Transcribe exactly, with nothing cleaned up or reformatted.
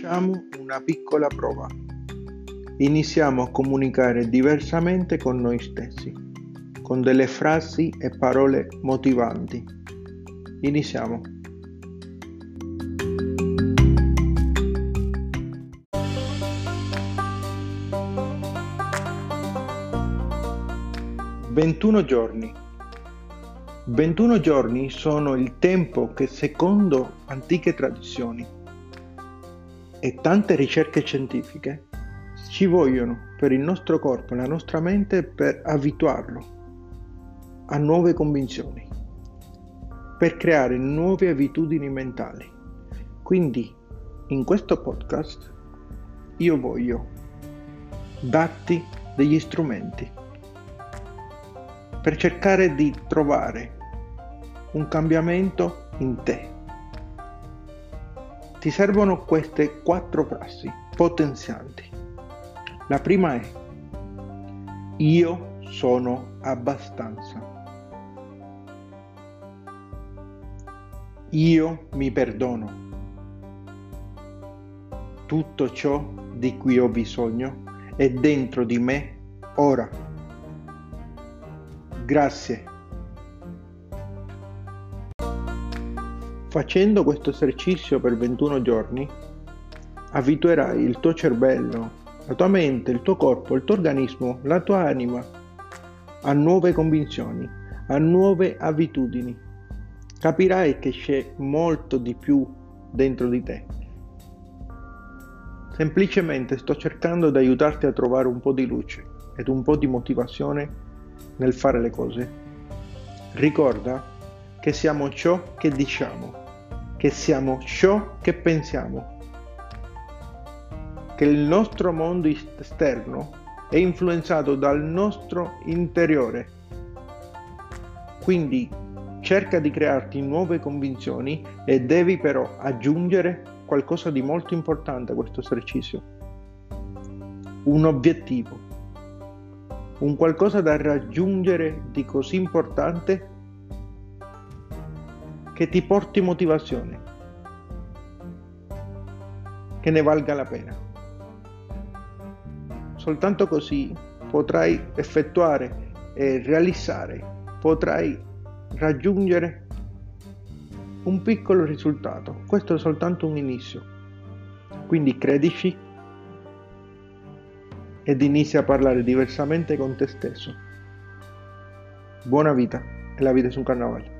Facciamo una piccola prova. Iniziamo a comunicare diversamente con noi stessi, con delle frasi e parole motivanti. Iniziamo. ventuno giorni. ventuno giorni sono il tempo che, secondo antiche tradizioni e tante ricerche scientifiche, ci vogliono per il nostro corpo e la nostra mente per abituarlo a nuove convinzioni, per creare nuove abitudini mentali. Quindi, in questo podcast, io voglio darti degli strumenti per cercare di trovare un cambiamento in te. Ti servono queste quattro frasi potenzianti. La prima è: io sono abbastanza. Io mi perdono. Tutto ciò di cui ho bisogno è dentro di me ora. Grazie. Facendo questo esercizio per ventuno giorni, abituerai il tuo cervello, la tua mente, il tuo corpo, il tuo organismo, la tua anima a nuove convinzioni, a nuove abitudini. Capirai che c'è molto di più dentro di te. Semplicemente sto cercando di aiutarti a trovare un po' di luce ed un po' di motivazione nel fare le cose. Ricorda che siamo ciò che diciamo, che siamo ciò che pensiamo, che il nostro mondo esterno è influenzato dal nostro interiore. Quindi cerca di crearti nuove convinzioni e devi però aggiungere qualcosa di molto importante a questo esercizio: un obiettivo, un qualcosa da raggiungere di così importante che ti porti motivazione, che ne valga la pena. Soltanto così potrai effettuare e realizzare, potrai raggiungere un piccolo risultato. Questo è soltanto un inizio. Quindi credici ed inizia a parlare diversamente con te stesso. Buona vita, e la vita è un carnevale.